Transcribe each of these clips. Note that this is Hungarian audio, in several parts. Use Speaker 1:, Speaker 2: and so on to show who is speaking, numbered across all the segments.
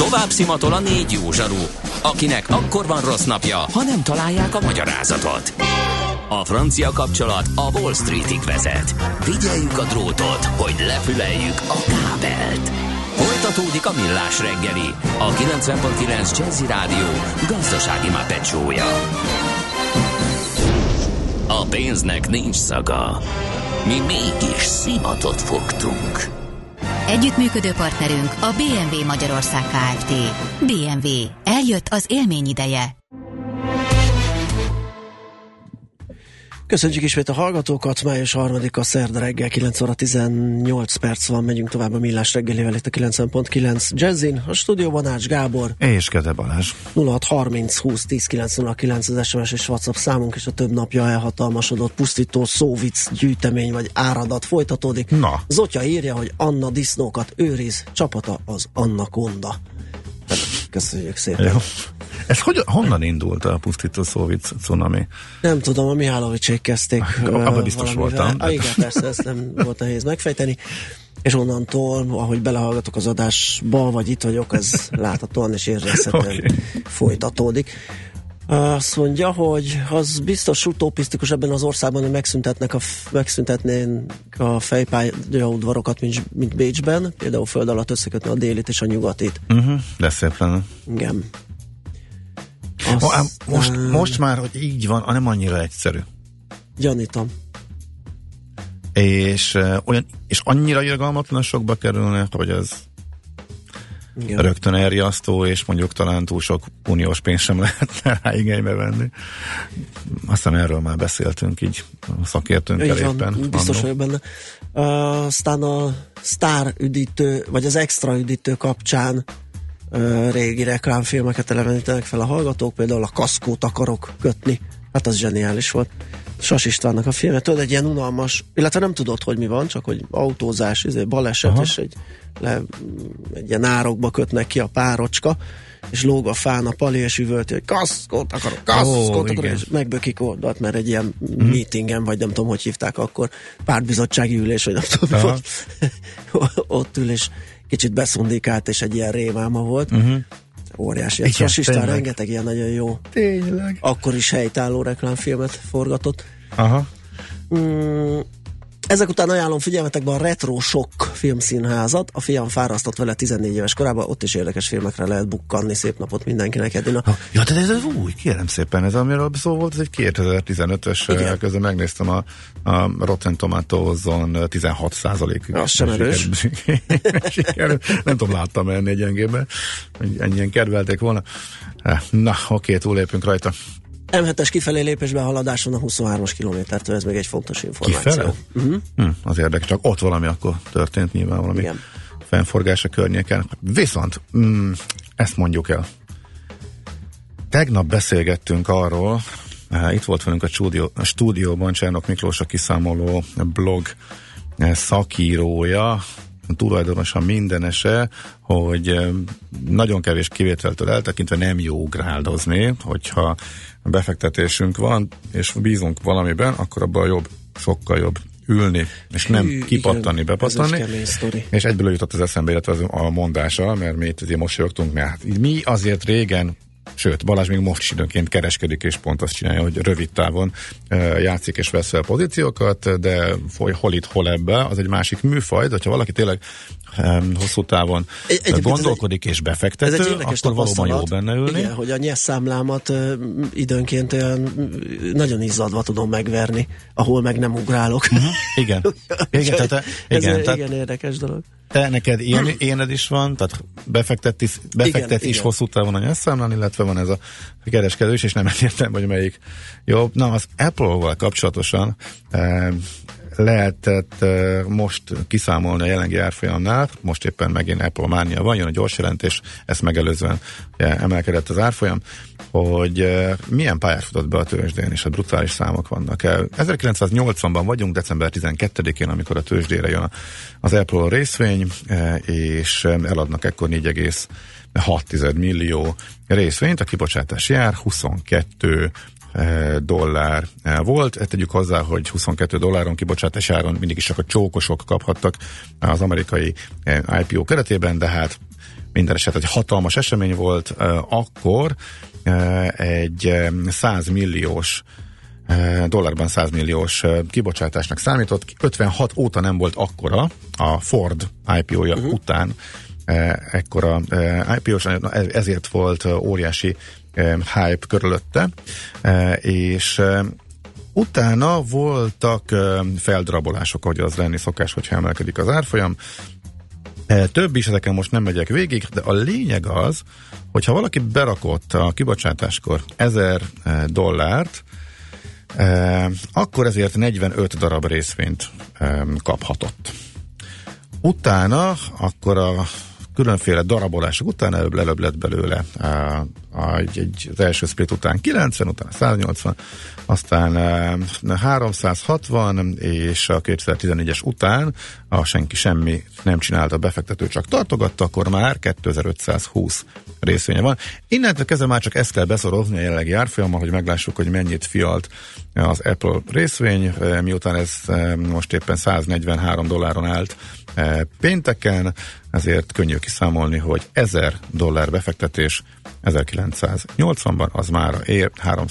Speaker 1: Tovább szimatol a 4 jó zsaru, akinek akkor van rossz napja, ha nem találják a magyarázatot. A francia kapcsolat a Wall Streetig vezet. Figyeljük a drótot, hogy lefüleljük a kábelt. Folytatódik a Millás reggeli, a 90.9 Jazzy Rádió gazdasági Muppet show-ja. A pénznek nincs szaga. Mi mégis szimatot fogtunk.
Speaker 2: Együttműködő partnerünk a BMW Magyarország Kft. BMW. Eljött az élmény ideje.
Speaker 3: Köszönjük ismét a hallgatókat, május 3-a szerda reggel 9 óra 18 perc van, megyünk tovább a Millás reggelivel itt a 90.9 Jazzin, a stúdióban Ács Gábor
Speaker 4: és Kede Balázs.
Speaker 3: 0630 20 10 909 az SMS és WhatsApp számunk, és a több napja elhatalmasodott pusztító szóvic gyűjtemény vagy áradat folytatódik.
Speaker 4: Na.
Speaker 3: Zotya írja, hogy Anna disznókat őriz, csapata az Anaconda. Köszönjük szépen.
Speaker 4: Jó. Ez honnan indult a pusztító szóvic cunami?
Speaker 3: Nem tudom, a Mihálowicsék kezdték.
Speaker 4: Abban biztos voltam.
Speaker 3: Igen, persze, ezt nem volt nehéz megfejteni. És onnantól, ahogy belehallgatok az adásba, vagy itt vagyok, ez láthatóan és érezhetően folytatódik. Azt mondja, hogy az biztos utopisztikus ebben az országban, hogy megszüntetnénk a fejpályaudvarokat, mint Bécsben, például föld alatt összekötni a délit és a nyugatit.
Speaker 4: De szép lenne.
Speaker 3: Igen.
Speaker 4: Most már, hogy így van, nem annyira egyszerű.
Speaker 3: Gyanítom.
Speaker 4: És annyira irgalmatlan sokba kerülne, hogy ez igen. Rögtön elriasztó, és mondjuk talán túl sok uniós pénzt sem lehetne rá igénybe venni. Aztán erről már beszéltünk így a szakértőnkkel éppen.
Speaker 3: Biztos vagyok benne. Aztán a sztár üdítő, vagy az extra üdítő kapcsán régi reklámfilmeket elevenítenek fel a hallgatók, például a Kaszkót akarok kötni. Hát az zseniális volt. Sas Istvánnak a filmje, tudod, egy ilyen unalmas, illetve nem tudod, hogy mi van, csak hogy autózás, baleset, aha. És egy ilyen árokba kötnek ki a párocska, és lóg a fán a pali, és üvölti, hogy kaszkót akarok, és megbökik oldalt, mert egy ilyen meetingen, vagy nem tudom, hogy hívták akkor, pártbizottsági ülés, vagy nem tudom, ott ül, és kicsit beszundikált, és egy ilyen rémálma volt. Óriási. Sas István rengeteg ilyen nagyon jó.
Speaker 4: Tényleg.
Speaker 3: Akkor is helytálló reklámfilmet forgatott.
Speaker 4: Aha.
Speaker 3: Ezek után ajánlom figyelmetekbe a Retro Shock filmszínházat. A fiam fárasztott vele 14 éves korában, ott is érdekes filmekre lehet bukkanni. Szép napot mindenkinek, Edina.
Speaker 4: Ja, de ez új, kérem szépen, ez amiről szó volt, ez egy 2015-ös, közben megnéztem a Rotten Tomatoes-on 16%-ig.
Speaker 3: Az sem erős.
Speaker 4: Nem tudom, láttam ennél gyengében, hogy ennyien kedvelték volna. Na, oké, túlépünk rajta.
Speaker 3: M7-es kifelé lépésben haladáson a 23-as kilométertől, ez még egy fontos információ.
Speaker 4: Kifele? Az érdekes, csak ott valami akkor történt nyilván valami. Igen. Fennforgás a környéken. Viszont ezt mondjuk el. Tegnap beszélgettünk arról, itt volt velünk a stúdióban Csernok Miklós, a kiszámoló blog szakírója, tulajdonosan mindenese, hogy nagyon kevés kivételtől eltekintve nem jó ugráldozni, hogyha befektetésünk van, és bízunk valamiben, akkor abban jobb, sokkal jobb ülni, és nem kipattani, bepattani. És egyből jutott az eszembe, illetve a mondása, mert mi itt mosolyogtunk, mert mi azért régen, sőt, Balázs még most is időnként kereskedik, és pont azt csinálja, hogy rövid távon játszik és vesz fel pozíciókat, de hol itt, hol ebbe, az egy másik műfaj, de hogyha valaki tényleg hosszú távon gondolkodik és befektető, akkor valóban jó benne ülni.
Speaker 3: Igen, hogy a nyerszámlámat időnként nagyon izzadva tudom megverni, ahol meg nem ugrálok.
Speaker 4: Igen.
Speaker 3: Igen, érdekes dolog.
Speaker 4: Te neked ilyened is van, tehát befektet is hosszú távon a nyerszámlán, illetve van ez a kereskedős, és nem értem, hogy melyik jobb. Na, az Apple-val kapcsolatosan lehetett most kiszámolni a jelenlegi árfolyamnál, most éppen megint Apple mánia van, jön a gyors jelentés, ezt megelőzően emelkedett az árfolyam, hogy milyen pályát futott be a tőzsdén, és a brutális számok vannak. 1980-ban vagyunk, december 12-én, amikor a tőzsdére jön az Apple részvény, és eladnak ekkor 4,6 millió részvényt, a kibocsátási ár 22 dollár volt. Tegyük hozzá, hogy 22 dolláron kibocsátási áron mindig is csak a csókosok kaphattak az amerikai IPO keretében, de hát minden eset egy hatalmas esemény volt, akkor egy 100 milliós dollárban 100 milliós kibocsátásnak számított. 56 óta nem volt akkora a Ford IPO-ja után ekkora IPO-s, ezért volt óriási hype körülötte, és utána voltak feldrabolások, ahogy az lenni szokás, hogyha emelkedik az árfolyam. Több is, ezeken most nem megyek végig, de a lényeg az, hogyha valaki berakott a kibocsátáskor $1000, akkor ezért 45 darab részvényt kaphatott. Utána, akkor a különféle darabolások után előbb lett belőle az első split után 90, utána 180, aztán 360, és a 2014-es után senki semmi nem csinálta, a befektető csak tartogatta, akkor már 2520 részvénye van. Innentől kezdve már csak ezt kell beszorozni a jelenlegi árfolyammal, hogy meglássuk, hogy mennyit fialt az Apple részvény, miután ez most éppen $143 állt pénteken, ezért könnyű kiszámolni, hogy $1000 befektetés 1980-ban az már ér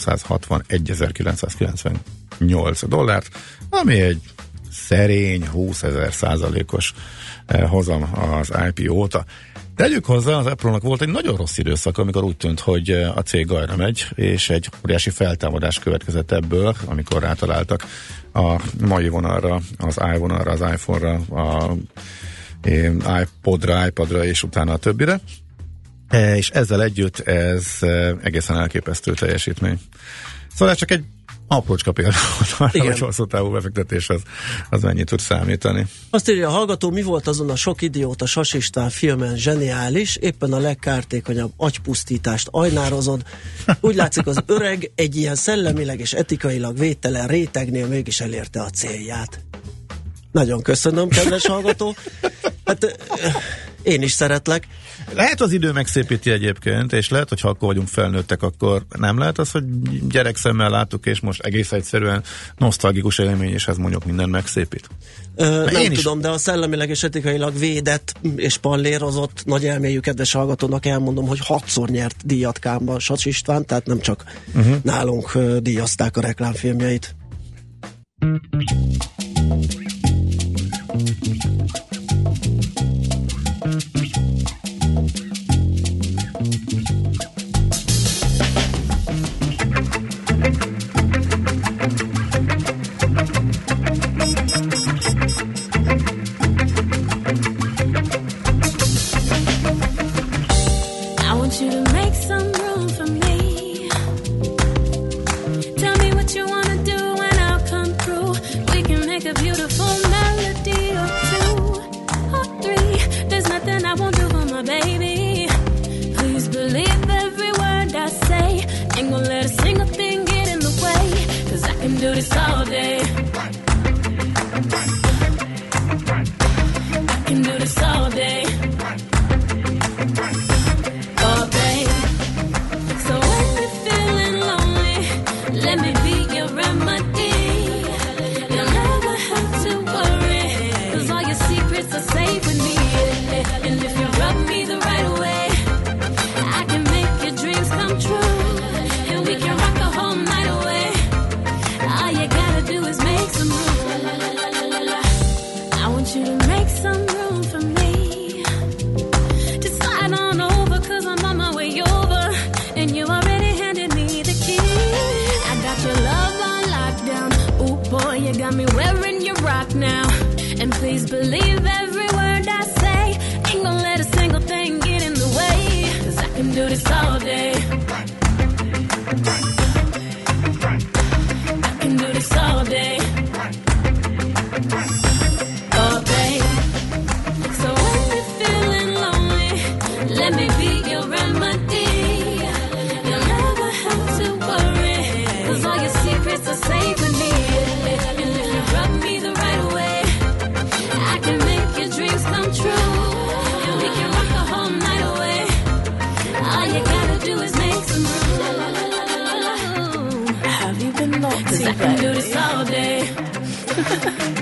Speaker 4: $361.998, ami egy szerény 20,000%-os hozam az IPO óta. Tegyük hozzá, az Apple-nak volt egy nagyon rossz időszak, amikor úgy tűnt, hogy a cég gajra megy, és egy óriási feltámadás következett ebből, amikor rátaláltak a mai vonalra, az iVonalra, az iPhone-ra, a iPodra, iPadra, és utána a többire. És ezzel együtt ez egészen elképesztő teljesítmény. Szóval csak egy aprócska példa, hogy hosszú távú befektetés az mennyit tud számítani.
Speaker 3: Azt írja a hallgató, mi volt azon a sok idióta Sas István filmen zseniális, éppen a legkártékonyabb agypusztítást ajnározod. Úgy látszik, az öreg egy ilyen szellemileg és etikailag védtelen rétegnél mégis elérte a célját. Nagyon köszönöm, kedves hallgató. Hát én is szeretlek.
Speaker 4: Lehet az idő megszépíti egyébként, és lehet, hogy ha akkor vagyunk felnőttek, akkor nem lehet az, hogy gyerekszemmel láttuk, és most egész egyszerűen nosztalgikus élmény, és ez mondjuk minden megszépít.
Speaker 3: Nem tudom, de a szellemileg és etikailag védett és pallérozott nagy elmélyű kedves hallgatónak elmondom, hogy 6-szor nyert díjat Cannes-ban Sas István, tehát nem csak nálunk díjazták a reklámfilmjeit.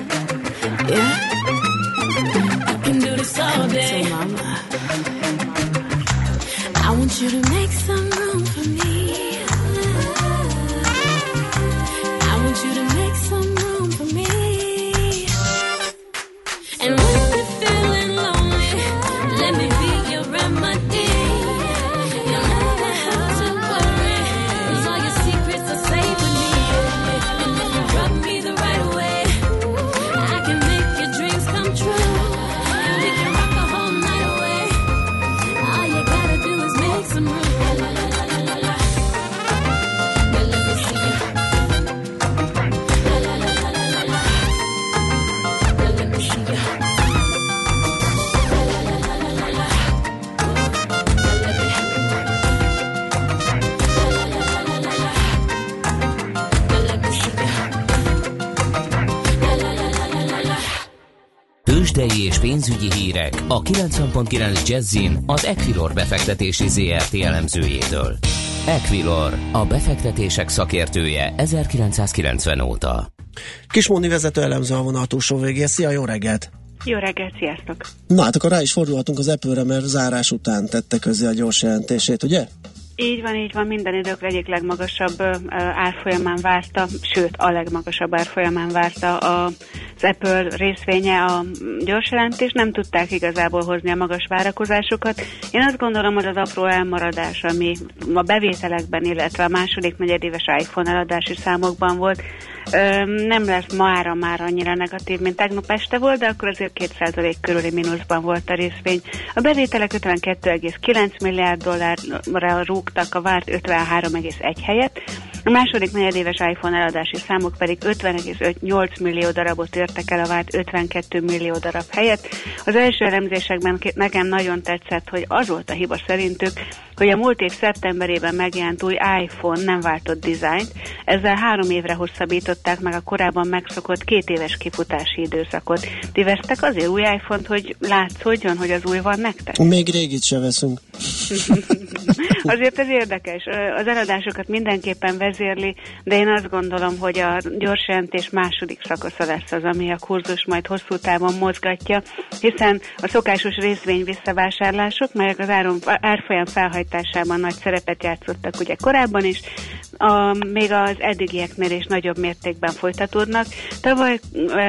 Speaker 5: Yeah, I can do this all day. want you to make some room for me. I want you to make some room for me. And when you're feeling lonely, let me be your remedy. You never have to worry, 'cause all your secrets are safe with me. And if you rub me the right way, I can make your dreams come true. And we can rock the whole night away. All you gotta do is make some room.
Speaker 1: Tőzsdei és pénzügyi hírek a 90.9 Jazzin az Equilor befektetési ZRT elemzőjétől. Equilor, a befektetések szakértője 1990 óta.
Speaker 3: Kismondi vezető elemző a vonal túlsó végén. Szia, jó reggelt!
Speaker 6: Jó reggelt, sziasztok!
Speaker 3: Na hát akkor rá is fordulhatunk az Apple-re, mert zárás után tette közzé a gyors jelentését, ugye?
Speaker 6: Így van, minden idők egyik legmagasabb árfolyamán várta, sőt a legmagasabb árfolyamán várta az Apple részvénye a gyors jelentést, nem tudták igazából hozni a magas várakozásokat. Én azt gondolom, hogy az apró elmaradás, ami a bevételekben, illetve a második negyedéves iPhone eladási számokban volt, nem lesz mára már annyira negatív, mint tegnap este volt, de akkor azért 2% körüli mínuszban volt a részvény. A bevételek 52,9 milliárd dollárra rúgtak a várt 53,1 helyett, a második negyedéves iPhone eladási számok pedig 50,8 millió darabot értek el a várt 52 millió darab helyett. Az első elemzésekben nekem nagyon tetszett, hogy az volt a hiba szerintük, hogy a múlt év szeptemberében megjelent új iPhone nem váltott dizájnt, ezzel 3 évre hosszabbították meg a korábban megszokott 2 éves kifutási időszakot. Ti vesztek azért új iPhone-t, hogy látszódjon, hogy az új van nektek?
Speaker 3: Még régit se veszünk.
Speaker 6: Azért ez érdekes. Az eladásokat mindenképpen vezérli, de én azt gondolom, hogy a gyors jelentés második szakasza lesz az, ami a kurzus majd hosszú távon mozgatja, hiszen a szokásos részvény visszavásárlások, melyek az árfolyam felhajtásában nagy szerepet játszottak ugye korábban is, még az eddigieknél is nagyobb mértékben folytatódnak. Tavaly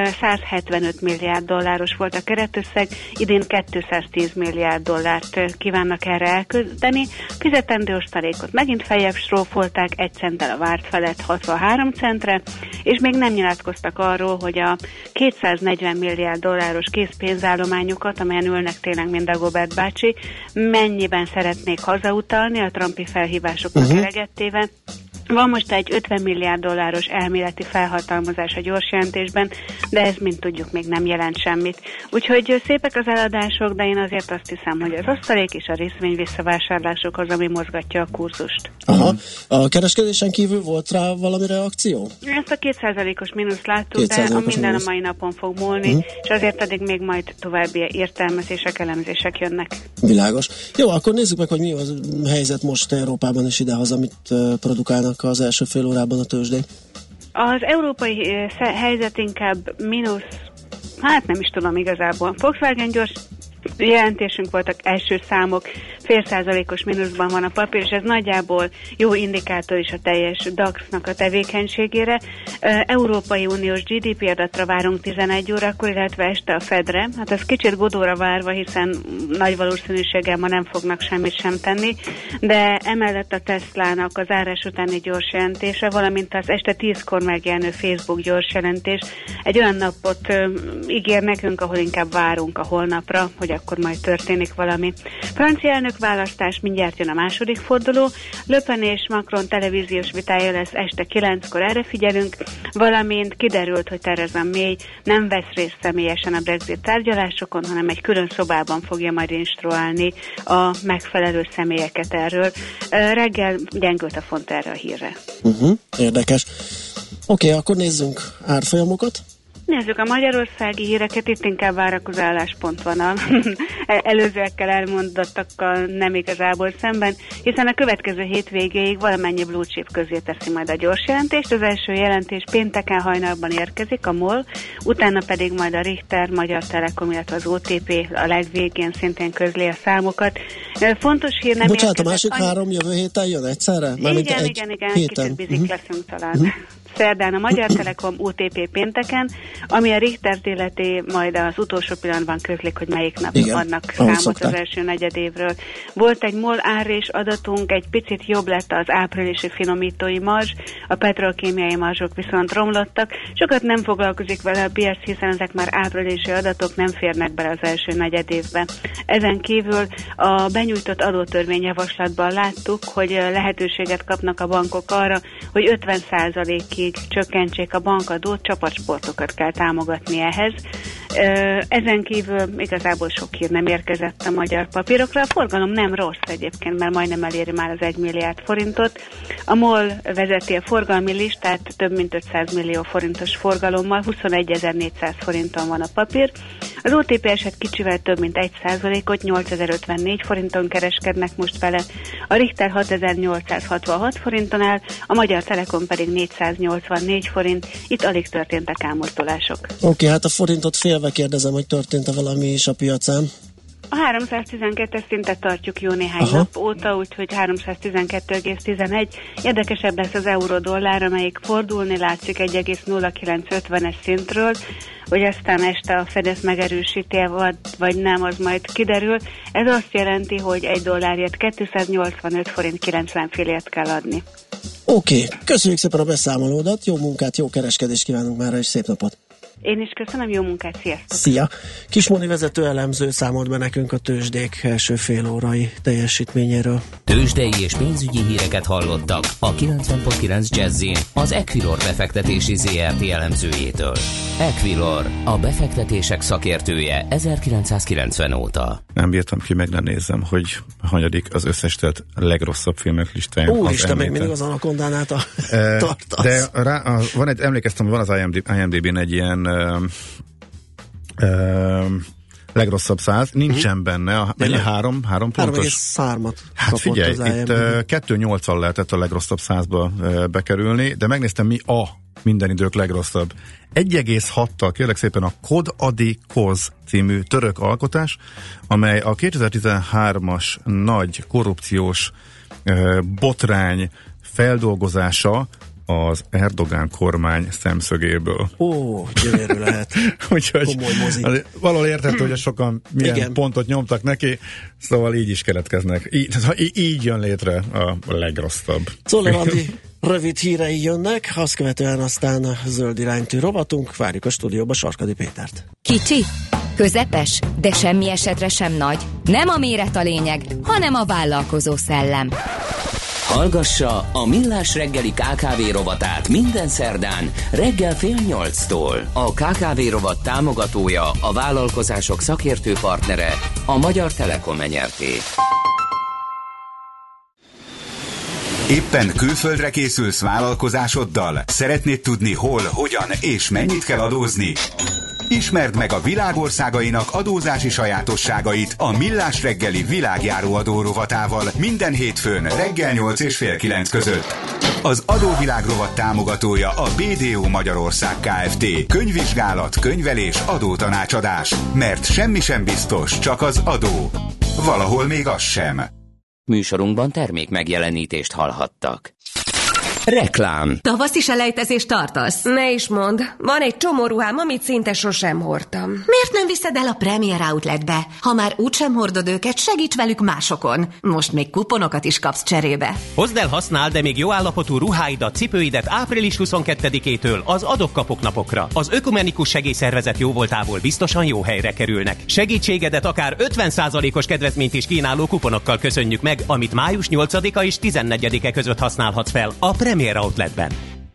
Speaker 6: 175 milliárd dolláros volt a keretösszeg, idén 210 milliárd dollárt kívánnak erre elkölteni. Fizetendő osztalékot megint feljebb strófolták 1 centtel a várt felett 63 centre, és még nem nyilatkoztak arról, hogy a 240 milliárd dolláros készpénzállományukat, amelyen ülnek tényleg mind a Gobert bácsi, mennyiben szeretnék hazautalni a trumpi felhívásoknak eleget téve. Van most egy 50 milliárd dolláros elméleti felhatalmazás a gyors jelentésben, de ez, mint tudjuk, még nem jelent semmit. Úgyhogy szépek az eladások, de én azért azt hiszem, hogy az osztalék és a részvény visszavásárlások az, ami mozgatja a kurzust.
Speaker 3: Aha. A kereskedésen kívül volt rá valami reakció?
Speaker 6: Ezt a 2%-os mínuszt láttuk, de a minden a mai napon fog múlni, és azért addig még majd további értelmezések, elemzések jönnek.
Speaker 3: Világos. Jó, akkor nézzük meg, hogy mi a helyzet most Európában és idehaza, amit produkálnak az első fél órában a tőzsdék. Az
Speaker 6: európai helyzet inkább mínusz, hát nem is tudom igazából. Volkswagen gyors jelentésünk voltak, első számok, 0,5%-os mínuszban van a papír, és ez nagyjából jó indikátor is a teljes DAX-nak a tevékenységére. Európai Uniós GDP adatra várunk 11 órakor, illetve este a Fedre. Hát ez kicsit Godóra várva, hiszen nagy valószínűséggel ma nem fognak semmit sem tenni, de emellett a Teslának az zárás utáni gyors jelentése, valamint az este 10-kor megjelenő Facebook gyors jelentés egy olyan napot ígér nekünk, ahol inkább várunk a holnapra, hogy akkor majd történik valami. Francia elnök választás, mindjárt jön a második forduló. Le Pen és Macron televíziós vitája lesz este 9-kor, erre figyelünk, valamint kiderült, hogy Theresa May nem vesz részt személyesen a Brexit tárgyalásokon, hanem egy külön szobában fogja majd instruálni a megfelelő személyeket erről. Reggel gyengült a font erre a hírre.
Speaker 3: Érdekes. Oké, akkor nézzünk árfolyamokat.
Speaker 6: Nézzük a magyarországi híreket, itt inkább várakozó álláspont van a előzőekkel elmondottakkal nem igazából szemben, hiszen a következő hétvégéig valamennyi blue chip közé teszi majd a gyors jelentést. Az első jelentés pénteken hajnalban érkezik, a MOL, utána pedig majd a Richter, Magyar Telekom, illetve az OTP a legvégén szintén közli a számokat. Fontos hír nem
Speaker 3: Bocsánat, a másik három jövő héten jön egyszerre?
Speaker 6: Igen, kicsit bizik leszünk talán. Szerdán a Magyar Telekom, OTP pénteken, ami a Richtert illeti, majd az utolsó pillanatban közlik, hogy melyik nap adnak számot az első negyedévről. Volt egy MOL árrés adatunk, egy picit jobb lett az áprilisi finomítói marzs, a petrolkémiai marzsok viszont romlottak. Sokat nem foglalkozik vele a piac, hiszen ezek már áprilisi adatok, nem férnek bele az első negyedévbe. Ezen kívül a benyújtott adótörvényjavaslatban láttuk, hogy lehetőséget kapnak a bankok arra, hogy 50%-ig csökkentsék a bankadót, csapatsportokat kell támogatni ehhez. Ezen kívül igazából sok hír nem érkezett a magyar papírokra. A forgalom nem rossz egyébként, mert majdnem eléri már az 1 milliárd forintot. A MOL vezeti a forgalmi listát több mint 500 millió forintos forgalommal, 21.400 forinton van a papír. Az OTP eset kicsivel több mint 1%-ot, 8.054 forinton kereskednek most vele. A Richter 6.866 forinton áll, a Magyar Telekom pedig 484 forint. Itt alig történtek elmozdulások.
Speaker 3: Oké, hát a forintot félve kérdezem, hogy történt-e valami is a piacán.
Speaker 6: A 312-es szintet tartjuk jó néhány nap óta, úgyhogy 312,11. Érdekesebb lesz az euró-dollár, amelyik fordulni látszik 1,0950-es szintről, hogy aztán este a Fedez megerősíti, vagy nem, az majd kiderül. Ez azt jelenti, hogy egy dollárért 285 forint 90 fillért kell adni.
Speaker 3: Oké, köszönjük szépen a beszámolódat, jó munkát, jó kereskedést kívánunk mára, és szép napot!
Speaker 6: Én is köszönöm, jó munkát, sziasztok!
Speaker 3: Szia! Kismoni vezető elemző számolt be nekünk a tőzsdék első félórai teljesítményéről.
Speaker 1: Tőzsdei és pénzügyi híreket hallottak a 90.9 Jazzin az Equilor befektetési ZRT elemzőjétől. Equilor, a befektetések szakértője 1990 óta.
Speaker 4: Nem bírtam ki, meg nem nézzem, hogy hanyadik az összesített legrosszabb filmek listáján.
Speaker 3: Úristen, még mindig az Anakondánál tartasz.
Speaker 4: De van egy, emlékeztem, hogy van az IMDb-n egy ilyen legrosszabb 100, nincsen benne, mennyi 3 pontos?
Speaker 3: 3,3-at
Speaker 4: hát figyelj, itt 2,8-al lehetett a legrosszabb 100-ba bekerülni, de megnéztem, mi a minden idők legrosszabb. 1,6-tal kérlek szépen a Kod Adi Koz című török alkotás, amely a 2013-as nagy korrupciós botrány feldolgozása az Erdogán kormány szemszögéből.
Speaker 3: Ó, gyönyörű lehet.
Speaker 4: Úgyhogy valahol érthető, hogy sokan milyen pontot nyomtak neki, szóval így is keletkeznek. Így jön létre a legrosszabb.
Speaker 3: Czoller Andi rövid hírei jönnek, azt követően aztán a zöld iránytű rovatunk, várjuk a stúdióba Sarkadi Pétert.
Speaker 7: Kicsi, közepes, de semmi esetre sem nagy. Nem a méret a lényeg, hanem a vállalkozó szellem.
Speaker 1: Hallgassa a Millás reggeli KKV rovatát minden szerdán reggel 7:30-tól. A KKV rovat támogatója, a vállalkozások szakértő partnere, a Magyar Telekom Nyrt.
Speaker 8: Éppen külföldre készülsz vállalkozásoddal? Szeretnéd tudni hol, hogyan és mennyit kell adózni? Ismerd meg a világországainak adózási sajátosságait a Millás reggeli világjáró adó rovatával minden hétfőn reggel 8 és fél 9 között. Az adóvilág rovat támogatója a BDO Magyarország Kft. Könyvvizsgálat, könyvelés, adótanácsadás. Mert semmi sem biztos, csak az adó. Valahol még az sem.
Speaker 1: Műsorunkban termék megjelenítést hallhattak. Reklám.
Speaker 9: Tavaszi selejtezést tartasz?
Speaker 10: Ne is mondd, van egy csomó ruhám, amit szinte sosem hordtam.
Speaker 9: Miért nem viszed el a Premier Outletbe? Ha már úgysem hordod őket, segíts velük másokon. Most még kuponokat is kapsz cserébe.
Speaker 11: Hozd el, használd, de még jó állapotú ruháidat, cipőidet április 22-től az adok-kapok napokra. Az Ökumenikus Segélyszervezet jóvoltából biztosan jó helyre kerülnek. Segítségedet akár 50%-os kedvezményt is kínáló kuponokkal köszönjük meg, amit május 8-a és 14-e között használhatsz fel a Premier Outletben.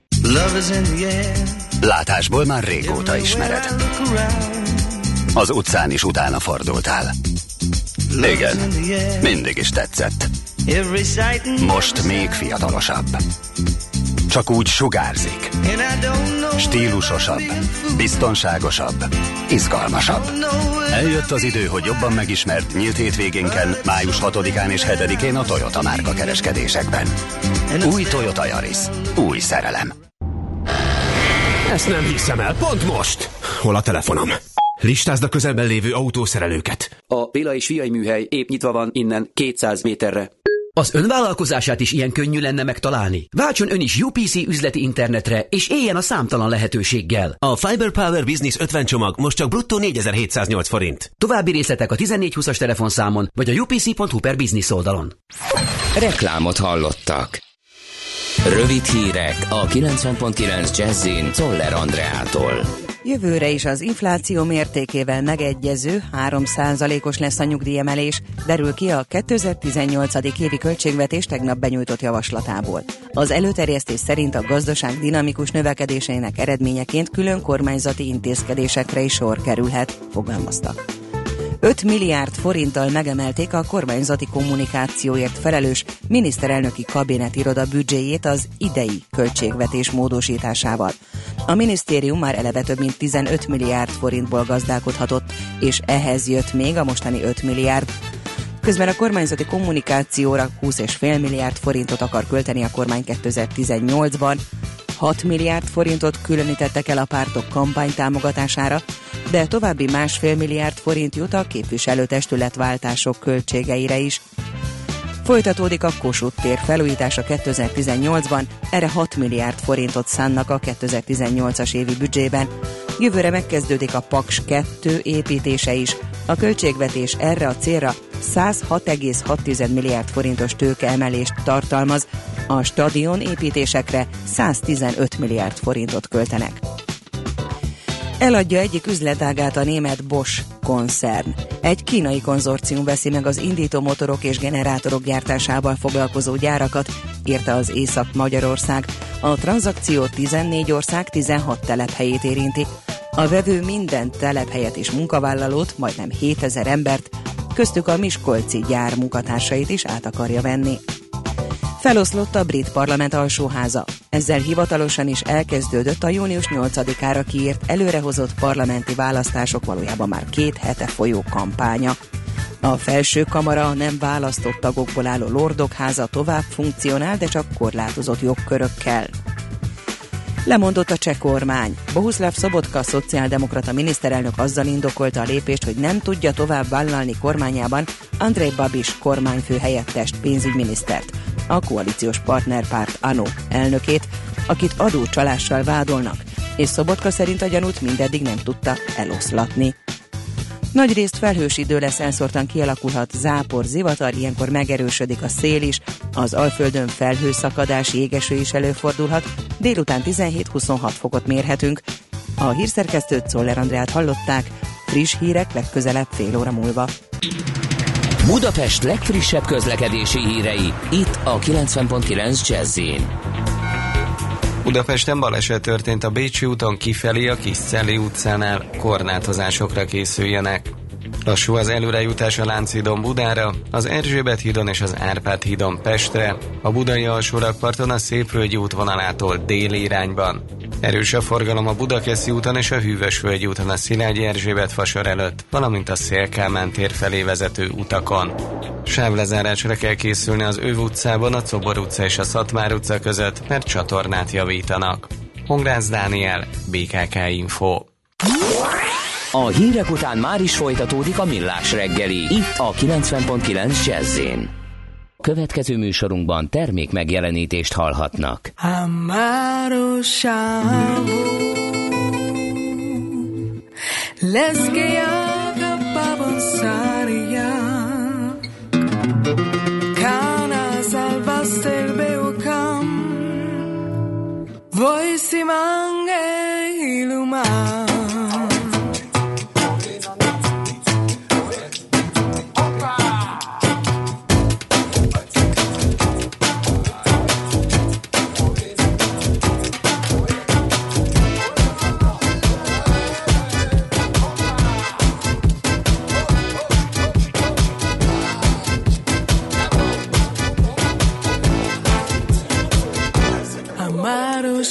Speaker 12: Látásból már régóta ismered. Az utcán is utána fordultál. Igen, mindig is tetszett. Most még fiatalosabb. csak úgy sugárzik. Stílusosabb, biztonságosabb, izgalmasabb. Eljött az idő, hogy jobban megismert nyílt hétvégénken, május 6-án és 7-én a Toyota márka kereskedésekben. Új Toyota Yaris. Új szerelem.
Speaker 13: Ezt nem hiszem el, pont most! Hol a telefonom? Listázd a közelben lévő autószerelőket.
Speaker 14: A Béla és Fiai műhely épp nyitva van innen 200 méterre.
Speaker 15: Az önvállalkozását is ilyen könnyű lenne megtalálni. Váltson ön is UPC üzleti internetre, és éljen a számtalan lehetőséggel.
Speaker 13: A Fiber Power Business 50 csomag most csak bruttó 4708 forint.
Speaker 15: További részletek a 1420-as telefonszámon, vagy a upc.hu/business oldalon.
Speaker 1: Reklámot hallottak. Rövid hírek a 90.9 Jazzin Czoller Andreától.
Speaker 16: Jövőre is az infláció mértékével megegyező 3%-os lesz a nyugdíjemelés, derül ki a 2018. évi költségvetés tegnap benyújtott javaslatából. Az előterjesztés szerint a gazdaság dinamikus növekedésének eredményeként külön kormányzati intézkedésekre is sor kerülhet, fogalmaztak. 5 milliárd forinttal megemelték a kormányzati kommunikációért felelős miniszterelnöki kabinetiroda büdzséjét az idei költségvetés módosításával. A minisztérium már eleve több mint 15 milliárd forintból gazdálkodhatott, és ehhez jött még a mostani 5 milliárd. Közben a kormányzati kommunikációra 20,5 milliárd forintot akar költeni a kormány 2018-ban, 6 milliárd forintot különítettek el a pártok kampánytámogatására, de további 1,5 milliárd forint jut a képviselőtestületváltások költségeire is. Folytatódik a Kossuth tér felújítása 2018-ban, erre 6 milliárd forintot szánnak a 2018-as évi büdzsében. Jövőre megkezdődik a Paks 2 építése is. A költségvetés erre a célra 106,6 milliárd forintos tőkeemelést tartalmaz, a stadion építésekre 115 milliárd forintot költenek. Eladja egyik üzletágát a német Bosch koncern. Egy kínai konzorcium veszi meg az indító motorok és generátorok gyártásával foglalkozó gyárakat, írta az Észak-Magyarország. A tranzakció 14 ország 16 telephelyét érinti. A vevő minden telephelyet és munkavállalót, majdnem 7000 embert, köztük a miskolci gyár munkatársait is át akarja venni. Feloszlott a brit parlament alsóháza. Ezzel hivatalosan is elkezdődött a június 8-ára kiírt előrehozott parlamenti választások valójában már 2 hete folyó kampánya. A felső kamara, a nem választott tagokból álló lordok háza tovább funkcionál, de csak korlátozott jogkörökkel. Lemondott a cseh kormány. Bohuslav Sobotka szociáldemokrata miniszterelnök azzal indokolta a lépést, hogy nem tudja tovább vállalni kormányában Andrej Babis kormányfő helyettest, pénzügyminisztert, a koalíciós partnerpárt ANO elnökét, akit adócsalással vádolnak, és Szobotka szerint a gyanút mindeddig nem tudta eloszlatni. Nagyrészt felhős idő lesz, elszórtan kialakulhat zápor, zivatar, ilyenkor megerősödik a szél is, az Alföldön felhőszakadás, jégeső is előfordulhat, délután 17-26 fokot mérhetünk. A hírszerkesztőt, Czoller Andreát hallották, friss hírek legközelebb fél óra múlva.
Speaker 1: Budapest legfrissebb közlekedési hírei, itt a 90.9 Jazz-in.
Speaker 17: Budapesten baleset történt a Bécsi úton kifelé a Kiscelli utcánál, korlátozásokra készüljenek. Lassú az előrejutás a Lánchídon Budára, az Erzsébet hídon és az Árpád hídon Pestre, a budai alsórakparton a Szépvölgyi útvonalától déli irányban. Erős a forgalom a Budakeszi úton és a Hűvösvölgyi úton a Szilágyi Erzsébet fasor előtt, valamint a Széll-Kálmán tér felé vezető utakon. Sávlezárásra kell készülni az Őv utcában, a Czobor utca és a Szatmár utca között, mert csatornát javítanak. Hongrász Dániel, BKK Info.
Speaker 1: A hírek után már is folytatódik a Millás reggeli, itt a 90.9 Jazz-in. Következő műsorunkban termék megjelenítést hallhatnak.
Speaker 5: Amaro Chavo, les que agapaban saria, Cana salvaste el beocam, voi si mange ilumar.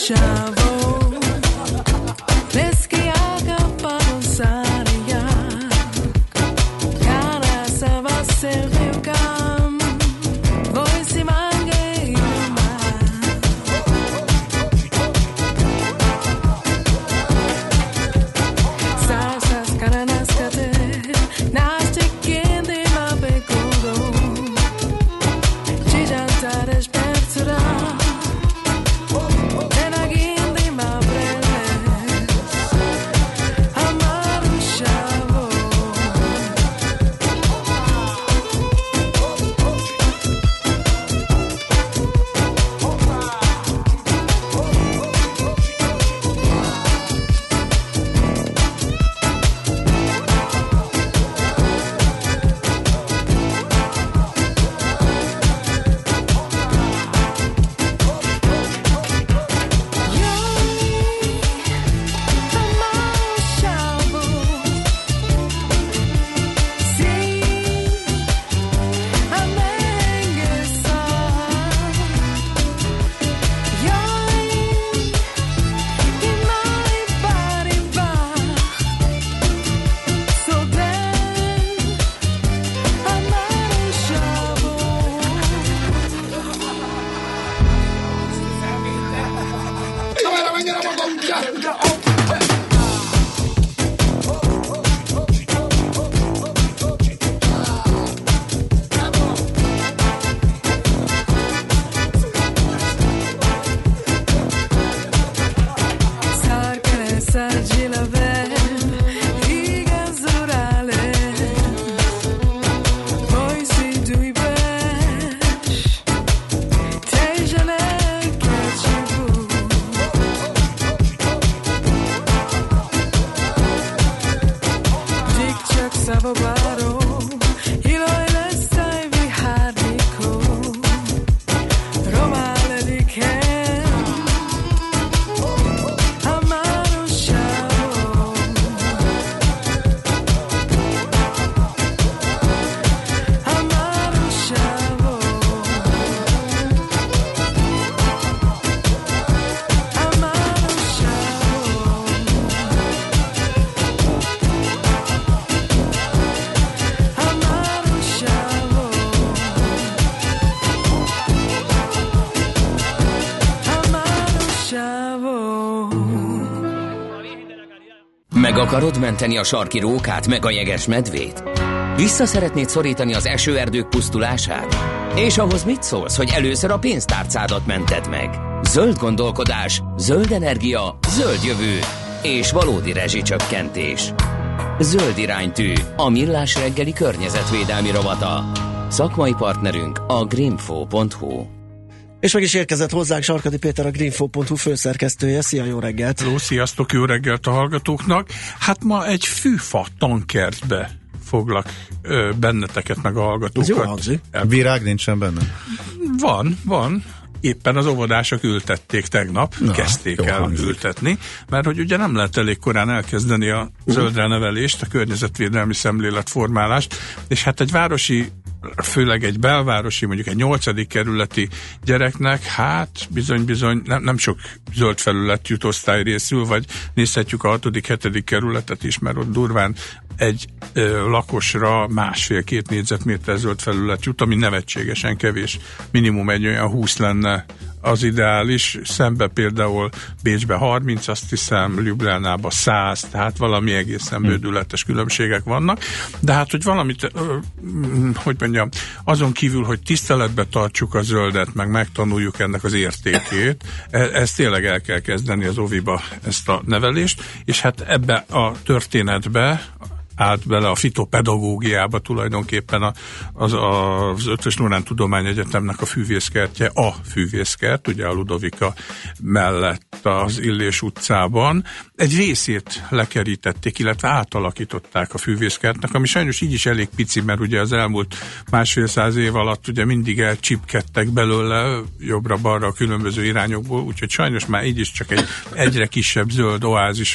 Speaker 1: Meg akarod menteni a sarki rókát, meg a jeges medvét? Vissza szeretnéd szorítani az esőerdők pusztulását? És ahhoz mit szólsz, hogy először a pénztárcádat mented meg? Zöld gondolkodás, zöld energia, zöld jövő és valódi rezsicsökkentés. Zöld iránytű, a Millás reggeli környezetvédelmi rovata. Szakmai partnerünk a greenfo.hu.
Speaker 3: És meg is érkezett hozzánk Sarkadi Péter, a greenfo.hu főszerkesztője. Szia, jó reggelt!
Speaker 18: Hello, sziasztok, jó reggelt a hallgatóknak! Hát ma egy fűfa tankertbe foglak benneteket, meg a hallgatókat.
Speaker 4: Virág nincsen benne?
Speaker 18: Van. Éppen az óvodások ültették tegnap, kezdték el ültetni, mert hogy ugye nem lehet elég korán elkezdeni a zöldre nevelést, a környezetvédelmi szemléletformálást, és hát egy városi, főleg egy belvárosi, mondjuk egy 8. kerületi gyereknek, hát bizony nem sok zöld felület jut osztályrészül, vagy nézhetjük a 6.-7. kerületet is, mert ott durván egy lakosra 1,5-2 négyzetméter zöld felület jut, ami nevetségesen kevés. Minimum egy olyan 20 lenne az ideális, szembe például Bécsbe 30, azt hiszem, Ljubljánába 100, tehát valami egészen bődületes különbségek vannak, de hát, hogy valamit, hogy mondjam, azon kívül, hogy tiszteletbe tartsuk a zöldet, meg megtanuljuk ennek az értékét, ezt tényleg el kell kezdeni az oviba, ezt a nevelést, és hát ebbe a történetbe állt bele a fitopedagógiába tulajdonképpen az Ötvös Loránd Tudományegyetemnek a fűvészkertje, a fűvészkert, ugye a Ludovika mellett az Illés utcában. Egy részét lekerítették, illetve átalakították a fűvészkertnek, ami sajnos így is elég pici, mert ugye az elmúlt 150 év alatt ugye mindig elcsipkedtek belőle jobbra-balra a különböző irányokból, úgyhogy sajnos már így is csak egy egyre kisebb zöld oázis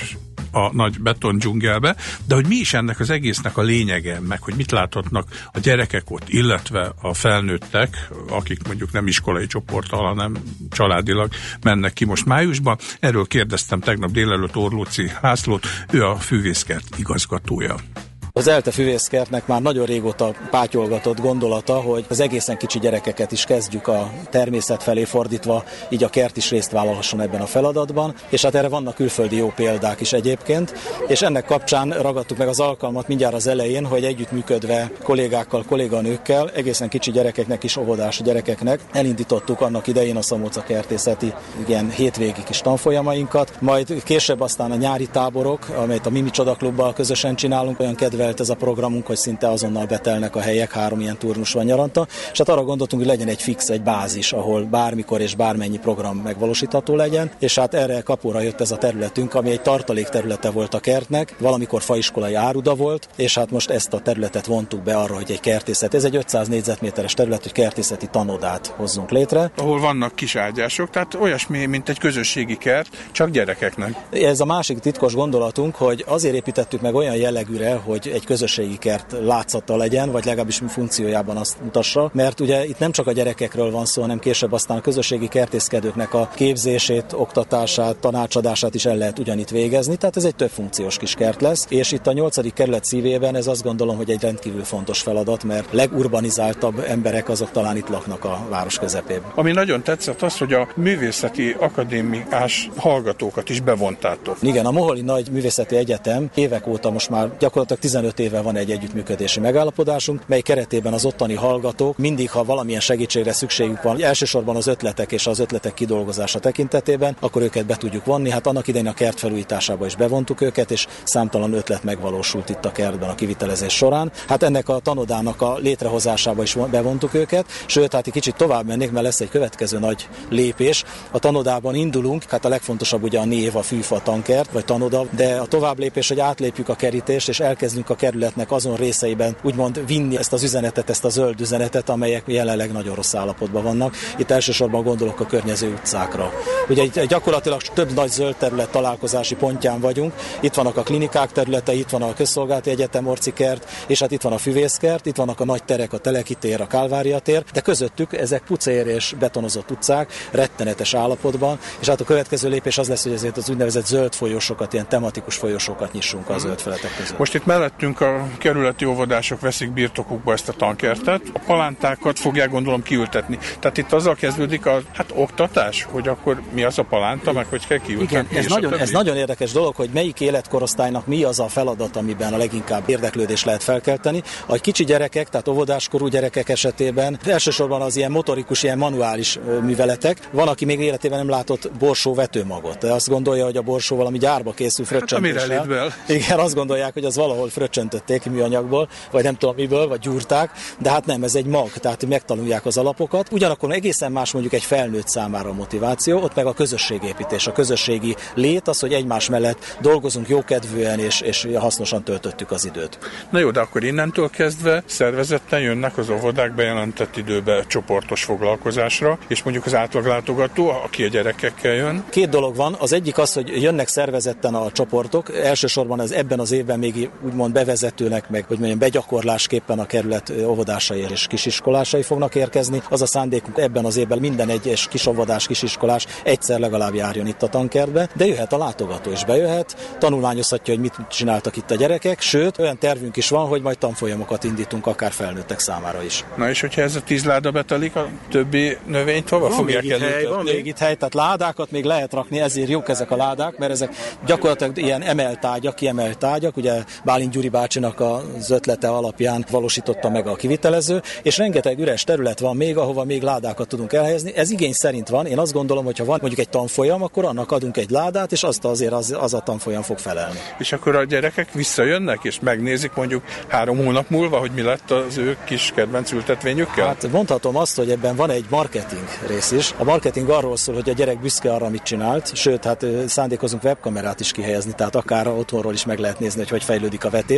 Speaker 18: a nagy beton dzsungelbe, de hogy mi is ennek az egésznek a lényege, meg hogy mit láthatnak a gyerekek ott, illetve a felnőttek, akik mondjuk nem iskolai csoporttal, hanem családilag mennek ki most májusban. Erről kérdeztem tegnap délelőtt Orlóczy Lászlót, ő a Füvészkert igazgatója.
Speaker 19: Az ELTE füvészkertnek már nagyon régóta pátyolgatott gondolata, hogy az egészen kicsi gyerekeket is kezdjük a természet felé fordítva, így a kert is részt vállalhasson ebben a feladatban, és hát erre vannak külföldi jó példák is egyébként, és ennek kapcsán ragadtuk meg az alkalmat mindjárt az elején, hogy együttműködve kollégákkal, kolléganőkkel, egészen kicsi gyerekeknek is, óvodás gyerekeknek elindítottuk annak idején a Szamóca kertészeti ilyen hétvégi kis tanfolyamainkat, majd később aztán a nyári táborok, amelyet a Mimi Csoda Klubbal közösen csinálunk, olyan kedvelt ez a programunk, hogy szinte azonnal betelnek a helyek, 3 ilyen turnus van nyaranta, és hát arra gondoltunk, hogy legyen egy fix, egy bázis, ahol bármikor és bármennyi program megvalósítható legyen, és hát erre kapóra jött ez a területünk, ami egy tartalék területe volt a kertnek, valamikor faiskolai áruda volt, és hát most ezt a területet vontuk be arra, hogy egy kertészet. Ez egy 500 négyzetméteres terület, hogy kertészeti tanodát hozzunk létre.
Speaker 18: Ahol vannak kis ágyások, tehát olyasmi, mint egy közösségi kert, csak gyerekeknek.
Speaker 19: Ez a másik titkos gondolatunk, hogy azért építettük meg olyan jellegűre, hogy egy közösségi kert látszata legyen, vagy legalábbis funkciójában azt mutassa, mert ugye itt nem csak a gyerekekről van szó, hanem később aztán a közösségi kertészkedőknek a képzését, oktatását, tanácsadását is el lehet ugyanitt végezni, tehát ez egy több funkciós kis kert lesz, és itt a 8. kerület szívében ez azt gondolom, hogy egy rendkívül fontos feladat, mert legurbanizáltabb emberek azok talán itt laknak a város közepében.
Speaker 18: Ami nagyon tetszett az, hogy a művészeti akadémiás hallgatókat is bevontátok.
Speaker 19: Igen, a Moholi Nagy Művészeti Egyetem évek óta most már gyakorlatilag 15 éve van egy együttműködési megállapodásunk, mely keretében az ottani hallgatók mindig, ha valamilyen segítségre szükségük van, elsősorban az ötletek és az ötletek kidolgozása tekintetében, akkor őket be tudjuk vonni. Hát annak idején a kert felújításába is bevontuk őket, és számtalan ötlet megvalósult itt a kertben a kivitelezés során. Hát ennek a tanodának a létrehozásába is bevontuk őket, sőt, hát egy kicsit tovább mennék, mert lesz egy következő nagy lépés. A tanodában indulunk, hát a legfontosabb ugye a név, a fűfa tankert, vagy tanoda, de a tovább lépés, hogy átlépjük a kerítést, és elkezdünk a kerületnek azon részeiben úgymond vinni ezt az üzenetet, ezt a zöld üzenetet, amelyek jelenleg nagyon rossz állapotban vannak. Itt elsősorban gondolok a környező utcákra. Ugye itt gyakorlatilag több nagy zöld terület találkozási pontján vagyunk. Itt vannak a klinikák területe, itt van a Közszolgálati Egyetem Orci kert, és hát itt van a Füvészkert, itt vannak a nagy terek, a Teleki tér, a Kálvária tér, de közöttük ezek pucér és betonozott utcák, rettenetes állapotban, és hát a következő lépés az lesz, hogy ezért az úgynevezett zöld folyósokat, ilyen tematikus folyósokat nyissunk a zöld feletek között.
Speaker 18: Most itt mellettünk a kerületi óvodások veszik birtokukba ezt a tankertet, a palántákat fogják gondolom kiültetni. Tehát itt azzal kezdődik a oktatás, hogy akkor mi az a palánta, meg hogy kell kiültetni.
Speaker 19: Igen, ez nagyon érdekes dolog, hogy melyik életkorosztálynak mi az a feladat, amiben a leginkább érdeklődést lehet felkelteni. A kicsi gyerekek, tehát óvodáskorú gyerekek esetében elsősorban az ilyen motorikus, ilyen manuális műveletek. Van, aki még életében nem látott borsó vetőmagot, de azt gondolja, hogy a borsó valami gyárba készül fröccsöntéssel. Igen, azt gondolják, hogy az valahol fröccsöntötték műanyagból, vagy nem tudom miből, vagy gyúrták, de hát nem, ez egy mag, tehát megtanulják az alapokat. Ugyanakkor egészen más mondjuk egy felnőtt számára a motiváció, ott meg a közösségépítés, a közösségi lét, az, hogy egymás mellett dolgozunk jókedvűen és hasznosan töltöttük az időt.
Speaker 18: Na jó, de akkor innentől kezdve szervezetten jönnek az óvodák bejelentett időbe csoportos foglalkozásra, és mondjuk az átlaglátogató, aki a gyerekekkel jön.
Speaker 19: Két dolog van, az egyik az, hogy jönnek szervezetten a csoportok, elsősorban ez ebben az évben még úgymond bevezetőnek, meg hogy mondjam, begyakorlásképpen a kerület óvodásai és kisiskolásai fognak érkezni. Az a szándékunk ebben az évben minden egyes kisóvodás, kisiskolás egyszer legalább járjon itt a tankertbe, de jöhet a látogató is bejöhet, tanulmányozhatja, hogy mit csináltak itt a gyerekek, sőt, olyan tervünk is van, hogy majd tanfolyamokat indítunk akár felnőttek számára is.
Speaker 18: Na és hogyha ez a 10 láda betelik, a többi növényt hova fogják elültetni?
Speaker 19: Van még itt hely, tehát ládákat még lehet rakni, ezért jók ezek a ládák, mert ezek gyakorlatilag ilyen emelt ágyak, kiemelt ágyak, ugye Bálint Gyuri bácsinak az ötlete alapján valósította meg a kivitelező, és rengeteg üres terület van még, ahova még ládákat tudunk elhelyezni. Ez igény szerint van. Én azt gondolom, hogy ha van mondjuk egy tanfolyam, akkor annak adunk egy ládát, és azt azért az a tanfolyam fog felelni.
Speaker 18: És akkor a gyerekek visszajönnek, és megnézik mondjuk 3 hónap múlva, hogy mi lett az ő kis kedvenc ültetvényükkel?
Speaker 19: Hát mondhatom azt, hogy ebben van egy marketing rész is. A marketing arról szól, hogy a gyerek büszke arra, amit csinált, sőt, hát szándékozunk webkamerát is kihelyezni, tehát akár otthonról is meg lehet nézni, hogy fejlődik a vetés.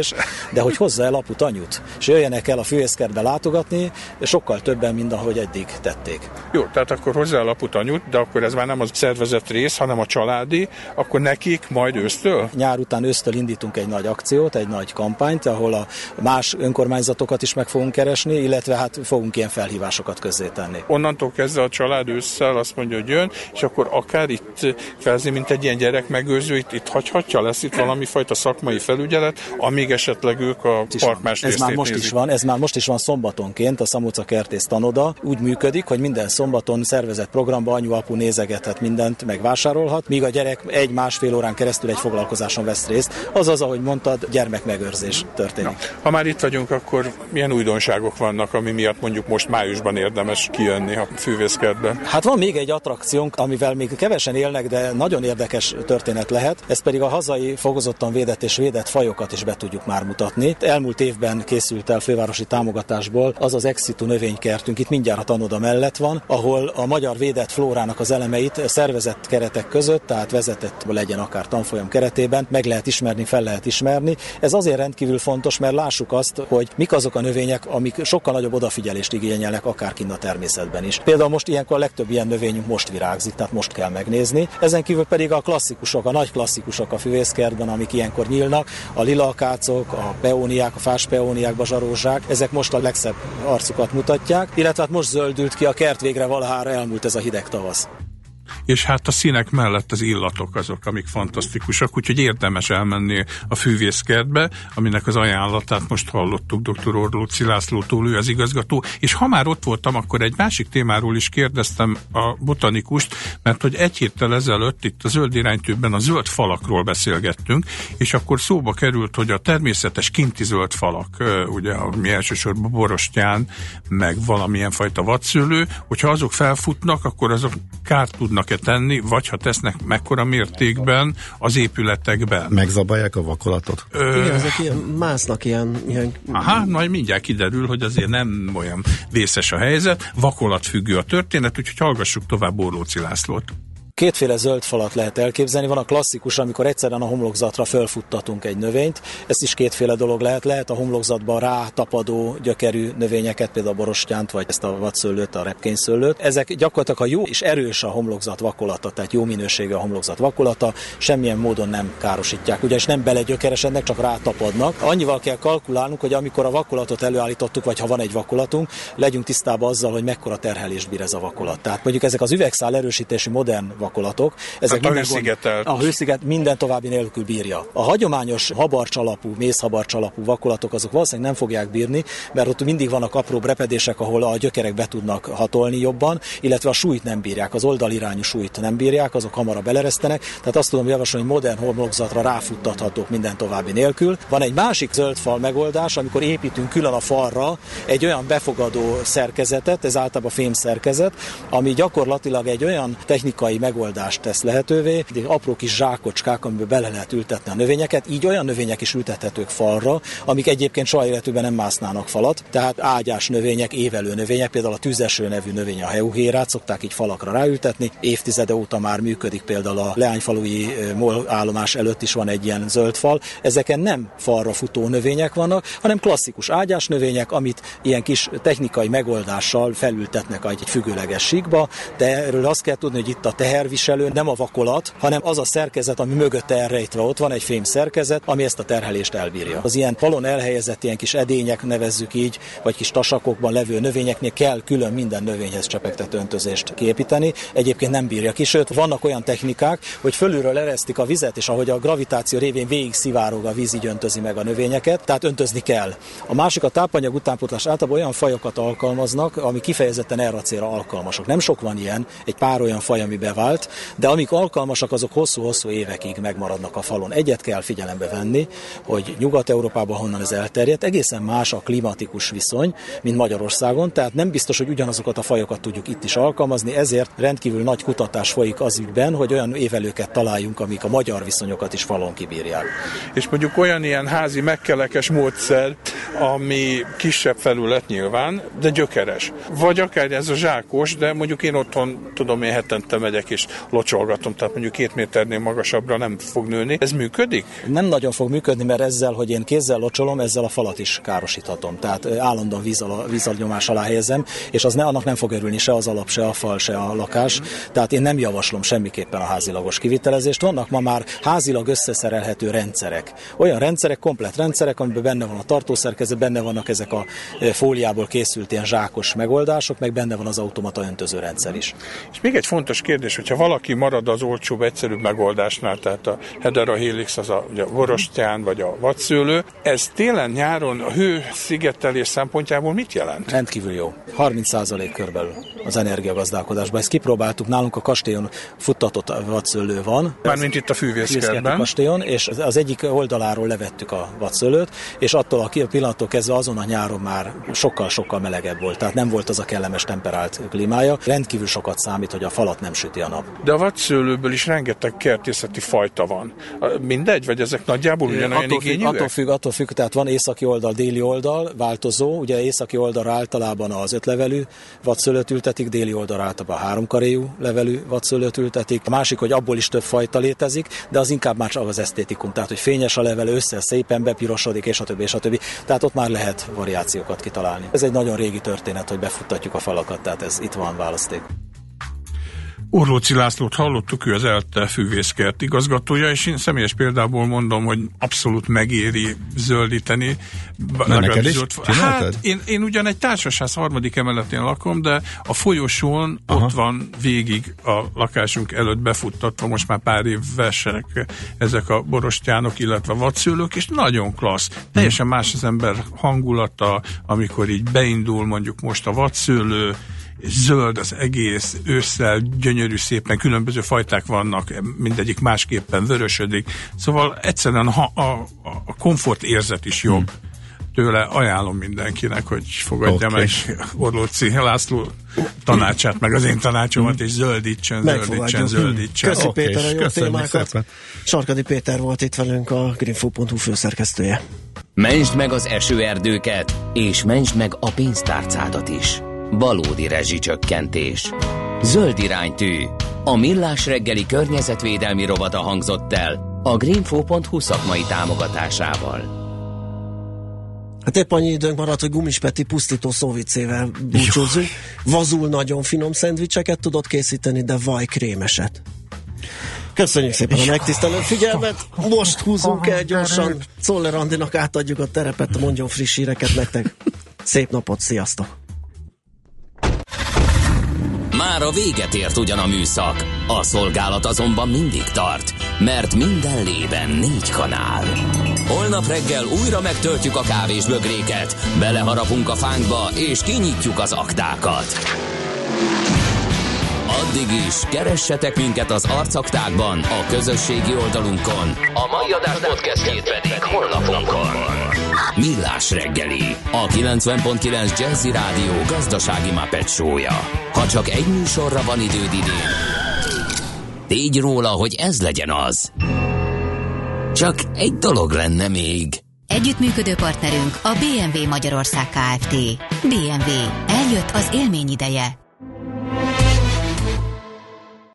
Speaker 19: kérdés, de hogy hozza el aput, anyut, és jöjjenek el a fűvészkertbe látogatni, sokkal többen, mint ahogy eddig tették.
Speaker 18: Jó, tehát akkor hozzá a aput, anyut, de akkor ez már nem a szervezett rész, hanem a családi, akkor nekik majd ősztől?
Speaker 19: Nyár után ősztől indítunk egy nagy akciót, egy nagy kampányt, ahol a más önkormányzatokat is meg fogunk keresni, illetve hát fogunk ilyen felhívásokat közzétenni.
Speaker 18: Onnantól kezdve a család ősszel azt mondja, hogy jön, és akkor akár itt kvázi, mint egy ilyen gyermekmegőrző, itt hagyhatja, lesz itt valami fajta szakmai felügyelet, amíg esetleg ők a park más részét nézik.
Speaker 19: Ez már most is van szombatonként, a Szamóca Kertész tanoda úgy működik, hogy minden szombaton szervezett programba anyu-apu nézegethet mindent, megvásárolhat, míg a gyerek 1-1,5 órán keresztül egy foglalkozáson vesz részt. Azaz, ahogy mondtad, gyermekmegőrzés történik.
Speaker 18: Na, ha már itt vagyunk, akkor milyen újdonságok vannak, ami miatt mondjuk most májusban érdemes kijönni a fűvészkertbe?
Speaker 19: Hát van még egy attrakciónk, amivel még kevesen élnek, de nagyon érdekes történet lehet. Ez pedig a hazai fokozottan védett és védett fajokat is be tudjuk már mutatni. Elmúlt évben készült el fővárosi támogatásból az az ex situ növénykertünk, itt mindjárt a tanoda mellett van, ahol a magyar védett flórának az elemeit szervezett keretek között, tehát vezetett legyen akár tanfolyam keretében, meg lehet ismerni, fel lehet ismerni. Ez azért rendkívül fontos, mert lássuk azt, hogy mik azok a növények, amik sokkal nagyobb odafigyelést igényelnek akár kint a természetben is. Például most ilyenkor a legtöbb ilyen növényünk most virágzik, tehát most kell megnézni. Ezen kívül pedig a klasszikusok, a nagy klasszikusok a fűvészkertben, amik ilyenkor nyílnak, a lilakácok, a peóniák, a fás peóniák, bazsarózsák, ezek most a legszebb arcukat mutatják, illetve hát most zöldült ki a kert végre, valahára elmúlt ez a hideg tavasz.
Speaker 18: És hát a színek mellett az illatok azok, amik fantasztikusak, úgyhogy érdemes elmenni a fűvészkertbe, aminek az ajánlatát most hallottuk dr. Orlóczy Lászlótól, ő az igazgató, és ha már ott voltam, akkor egy másik témáról is kérdeztem a botanikust, mert hogy egy héttel ezelőtt itt a zöld iránytűben a zöld falakról beszélgettünk, és akkor szóba került, hogy a természetes kinti zöld falak, ugye ami elsősorban borostyán, meg valamilyen fajta vadszőlő, hogyha azok felfutnak, akkor azok kárt tudnak-e tenni, vagy ha tesznek mekkora mértékben az épületekben.
Speaker 4: Megzabálják a vakolatot?
Speaker 3: Igen, ezek ilyen, másznak ilyen...
Speaker 18: Aha, majd mindjárt kiderül, hogy azért nem olyan vészes a helyzet, vakolatfüggő a történet, úgyhogy hallgassuk tovább Orlóczy Lászlót.
Speaker 19: Kétféle zöld falat lehet elképzelni. Van a klasszikus, amikor egyszerűen a homlokzatra fölfuttatunk egy növényt. Ez is kétféle dolog lehet. Lehet a homlokzatban rátapadó gyökerű növényeket, például a borostyánt, vagy ezt a vadszőlőt, a repkényszőlőt. Ezek gyakorlatilag, ha jó és erős a homlokzat vakolata, tehát jó minőségű a homlokzat vakolata, semmilyen módon nem károsítják. Ugyanis nem belegyökeresednek, csak rátapadnak. Annyival kell kalkulálnunk, hogy amikor a vakolatot előállítottuk, vagy ha van egy vakolatunk, legyünk tisztában azzal, hogy mekkora terhelést bír ez a vakolat. Tehát mondjuk ezek az üvegszál erősítésű modern vakolatok. Ezek
Speaker 18: a
Speaker 19: hősziget minden további nélkül bírja. A hagyományos habarcs alapú, mészhabarcs alapú vakolatok azok valószínűleg nem fogják bírni, mert ott mindig vannak apró repedések, ahol a gyökerek be tudnak hatolni jobban, illetve a súlyt nem bírják, az oldalirányú súlyt nem bírják, azok hamarabb beleresztenek. Tehát azt tudom javasolni, hogy modern homlokzatra ráfuttathatók minden további nélkül. Van egy másik zöldfal megoldás, amikor építünk külön a falra egy olyan befogadó szerkezetet, ez általában fém szerkezet, ami gyakorlatilag egy olyan technikai megoldást tesz lehetővé, apró kis zsákocskák, amiben bele lehet ültetni a növényeket, így olyan növények is ültethetők falra, amik egyébként soha életükben nem másznának falat, tehát ágyás növények, évelő növények, például a tüzeső nevű növény, a heuhérát szokták így falakra ráültetni, évtizede óta már működik, például a leányfalui MOL állomás előtt is van egy ilyen zöld fal, ezeken nem falra futó növények vannak, hanem klasszikus ágyás növények, amit ilyen kis technikai megoldással felültetnek egy függőleges síkba, de erről azt kell tudni, hogy itt a teherviselő nem a vakolat, hanem az a szerkezet, ami mögötte elrejtve ott van, egy fém szerkezet, ami ezt a terhelést elbírja. Az ilyen falon elhelyezett ilyen kis edények, nevezzük így, vagy kis tasakokban levő növényeknél kell külön minden növényhez csepegtető öntözést kiépíteni. Egyébként nem bírja ki, sőt, vannak olyan technikák, hogy fölülről eresztik a vizet, és ahogy a gravitáció révén végig szivárog a víz, így öntözi meg a növényeket, tehát öntözni kell. A másik, a tápanyag utánpótlás, általában olyan fajokat alkalmaznak, ami kifejezetten erre a célra alkalmasak. Nem sok van ilyen, egy pár olyan faj, ami bevált, de amik alkalmasak, azok hosszú-hosszú évekig megmaradnak a falon. Egyet kell figyelembe venni, hogy Nyugat-Európában, honnan ez elterjedt, egészen más a klimatikus viszony, mint Magyarországon, tehát nem biztos, hogy ugyanazokat a fajokat tudjuk itt is alkalmazni, ezért rendkívül nagy kutatás folyik az ügyben, hogy olyan évelőket találjunk, amik a magyar viszonyokat is falon kibírják.
Speaker 18: És mondjuk olyan ilyen házi megkelekes módszer, ami kisebb felület nyilván, de gyökeres. Vagy akár ez a zsákos, de mondjuk én otthon tudom, én hetente megyek és és locsolgatom, tehát mondjuk 2 méternél magasabbra nem fog nőni. Ez működik?
Speaker 19: Nem nagyon fog működni, mert ezzel, hogy én kézzel locsolom, ezzel a falat is károsíthatom. Tehát állandóan víznyomás alá helyezem, és annak nem fog örülni se az alap, se a fal, se a lakás. Tehát én nem javaslom semmiképpen a házilagos kivitelezést. Vannak ma már házilag összeszerelhető rendszerek. Olyan rendszerek, komplett rendszerek, amiben benne van a tartószerkezet, benne vannak ezek a fóliából készült ilyen zsákos megoldások, meg benne van az automata öntözőrendszer is.
Speaker 18: És még egy fontos kérdés, hogyha valaki marad az olcsóbb, egyszerűbb megoldásnál, tehát a Hedera Helix, az a borostyán vagy a vadszőlő, ez télen-nyáron a hőszigetelés szempontjából mit jelent?
Speaker 19: Rendkívül jó. 30% körülbelül az energiagazdálkodásban. Ezt kipróbáltuk, nálunk a kastélyon futtatott vadszőlő van.
Speaker 18: Mármint itt a fűvészkertben.
Speaker 19: Kastélyon, és az egyik oldaláról levettük a vadszőlőt, és attól a pillanattól kezdve azon a nyáron már sokkal-sokkal melegebb volt. Tehát nem volt az a kellemes temperált klímája. Rendkívül sokat számít, hogy a falat nem süti a nap.
Speaker 18: De a vadszőlőből is rengeteg kertészeti fajta van. Mindegy, vagy ezek nagyjából ugyanolyan igényűek?
Speaker 19: Attól függ, tehát van északi oldal, déli oldal, változó. Ugye északi oldalra általában az 5 levelű vadszőlőt ültetik, déli oldalra általában 3 karéjú levelű vadszőlőt ültetik. A másik, hogy abból is több fajta létezik, de az inkább már csak az esztétikum. Tehát, hogy fényes a level, össze szépen bepirosodik, és a többi, és a többi. Tehát ott már lehet variációkat kitalálni. Ez egy nagyon régi történet, hogy befuttatjuk a falakat, tehát ez itt van választék.
Speaker 18: Orlóczy Lászlót hallottuk, ő az ELTE fűvészkert igazgatója, és én személyes példából mondom, hogy abszolút megéri zöldíteni.
Speaker 4: Neked is?
Speaker 18: Hát én ugyan egy társasház 3. emeletén lakom, de a folyosón ott van végig a lakásunk előtt befuttatva, most már pár évesek ezek a borostyánok, illetve vadszőlők, és nagyon klassz. Teljesen más az ember hangulata, amikor így beindul mondjuk most a vadszőlő, zöld az egész, ősszel gyönyörű szépen, különböző fajták vannak, mindegyik másképpen vörösödik. Szóval egyszerűen a komfort érzet is jobb. Tőle ajánlom mindenkinek, hogy fogadja meg Orlóczy László tanácsát, meg az én tanácsomat, és zöldítsen.
Speaker 3: Köszi Péter a jó témákat. Sarkadi Péter volt itt velünk, a greenfo.hu főszerkesztője.
Speaker 1: Mentsd meg az esőerdőket, és mentsd meg a pénztárcádat is. Valódi rezsicsökkentés. Zöld iránytű. A Millás reggeli környezetvédelmi rovata hangzott el a greenfo.hu szakmai támogatásával.
Speaker 3: Hát épp annyi időnk maradt, hogy Gumis Peti pusztító szóvicével búcsózzunk. Vazul nagyon finom szendvicseket tudott készíteni, de vaj krémeset. Köszönjük szépen a megtisztelő figyelmet. Most húzunk el gyorsan. Czoller Andinak átadjuk a terepet, mondjon friss híreket nektek. Szép napot, sziasztok!
Speaker 1: Már a véget ért ugyan a műszak, a szolgálat azonban mindig tart, mert minden lében 4 kanál. Holnap reggel újra megtöltjük a kávésbögréket, beleharapunk a fánkba és kinyitjuk az aktákat. Addig is keressetek minket az arcaktákban, a közösségi oldalunkon, a mai adás podcastjét pedig honlapunkon. Millás reggeli, a 90.9 Jazzy Rádió gazdasági Muppet show-ja. Ha csak egy műsorra van időd idén, tégy róla, hogy ez legyen az. Csak egy dolog lenne még.
Speaker 2: Együttműködő partnerünk a BMW Magyarország Kft. BMW. Eljött az élmény ideje.